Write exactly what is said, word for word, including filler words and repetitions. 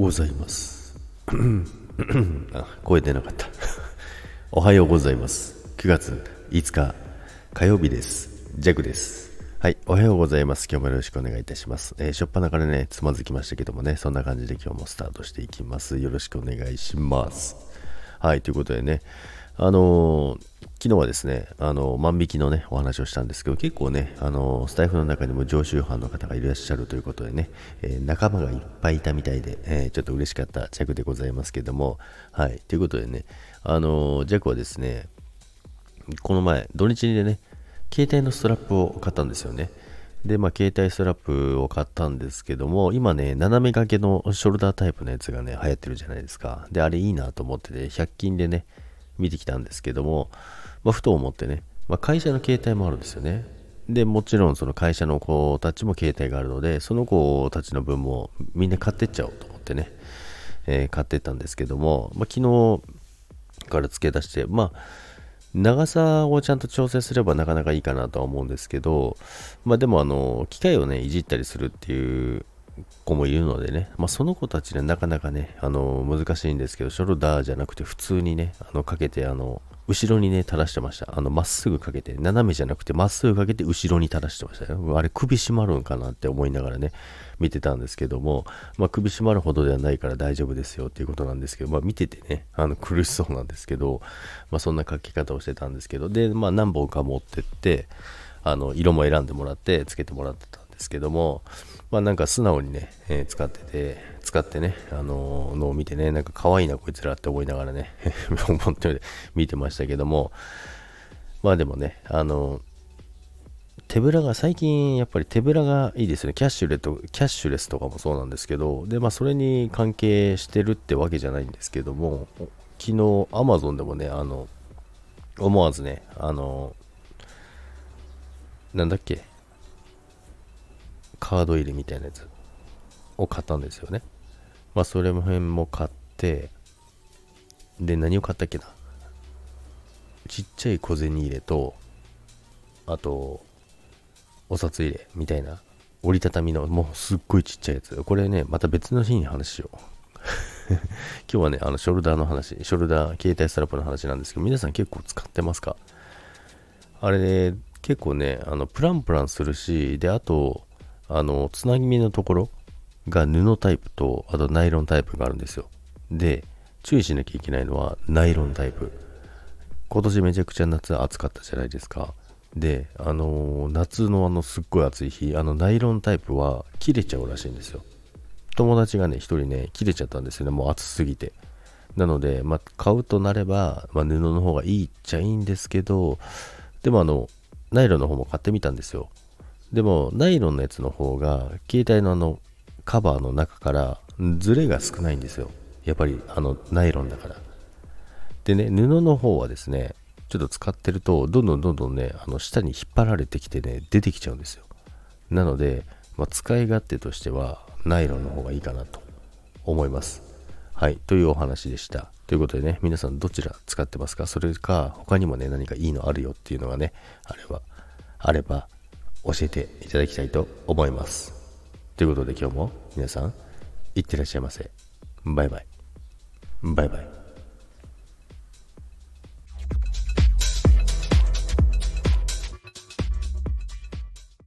ございますあ、声出なかったおはようございます。くがついつか火曜日です。ジャクです。はい、おはようございます。今日もよろしくお願いいたします。えー、しょっぱなからねつまずきましたけどもね、そんな感じで今日もスタートしていきます。よろしくお願いします。はい、ということでね、あのー、昨日はですね、あのー、万引きのねお話をしたんですけど、結構ね、あのー、スタイフの中にも常習犯の方がいらっしゃるということでね、えー、仲間がいっぱいいたみたいで、えー、ちょっと嬉しかったジャクでございますけども、はい、ということでね、あのジャクはですね、この前土日にでね、携帯のストラップを買ったんですよね。で、まあ、携帯ストラップを買ったんですけども、今ね、斜め掛けのショルダータイプのやつがね、流行ってるじゃないですか。で、あれいいなと思ってて、ひゃく均でね、見てきたんですけども、まあ、ふと思ってね、まあ、会社の携帯もあるんですよね。で、もちろんその会社の子たちも携帯があるので、その子たちの分もみんな買ってっちゃおうと思ってね、えー買ってったんですけども、まあ、昨日から付け出して、まあ、長さをちゃんと調整すればなかなかいいかなとは思うんですけど、まあでもあの、機械をね、いじったりするっていう子もいるのでね、まあその子たちにはなかなかね、あの、難しいんですけど、ショルダーじゃなくて普通にね、あの、かけて、あの、後ろにね、垂らしてました。あの、まっすぐかけて、斜めじゃなくてまっすぐかけて後ろに垂らしてましたよ。あれ、首絞まるんかなって思いながらね、見てたんですけども、まあ、首絞まるほどではないから大丈夫ですよっていうことなんですけど、まあ、見ててね、あの、苦しそうなんですけど、まあ、そんな書き方をしてたんですけど、で、まあ、何本か持ってって、あの、色も選んでもらって、つけてもらってたんですけども、まあ、なんか素直にね、えー使ってて、使ってね、あのーのを見てね、なんか可愛いなこいつらって思いながらね、思って見てましたけども、まあでもね、あのー手ぶらが、最近やっぱり手ぶらがいいですよね。キャッシュレと、キャッシュレスとかもそうなんですけど、で、まあそれに関係してるってわけじゃないんですけども、昨日アマゾンでもね、あの、思わずね、あの、なんだっけ、カード入れみたいなやつを買ったんですよね。まあそれも辺も買って、で、何を買ったっけな。ちっちゃい小銭入れと、あと、お札入れみたいな、折りたたみの、もうすっごいちっちゃいやつ。これね、また別の日に話しよう。今日はね、あの、ショルダーの話、ショルダー、携帯ストラップの話なんですけど、皆さん結構使ってますか？あれね、結構ね、あの、プランプランするし、で、あと、あの、つなぎ目のところが布タイプと、あとナイロンタイプがあるんですよ。で、注意しなきゃいけないのは、ナイロンタイプ。今年めちゃくちゃ夏暑かったじゃないですか。で、あのー夏のあのすっごい暑い日、あのナイロンタイプは切れちゃうらしいんですよ。友達がね、一人ね、切れちゃったんですよね。もう暑すぎて。なので、まあ、買うとなれば、まあ、布の方がいいっちゃいいんですけど、でもあの、ナイロンの方も買ってみたんですよ。でも、ナイロンのやつの方が、携帯のあの、カバーの中から、ズレが少ないんですよ。やっぱり、あの、ナイロンだから。でね、布の方はですね、ちょっと使ってると、どんどんどんどんね、あの下に引っ張られてきてね、出てきちゃうんですよ。なので、まあ、使い勝手としては、ナイロンの方がいいかなと思います。はい、というお話でした。ということでね、皆さんどちら使ってますか？それか、他にもね、何かいいのあるよっていうのがね、あれば、あれば、教えていただきたいと思います。ということで今日も皆さん、いってらっしゃいませ。バイバイ。バイバイ。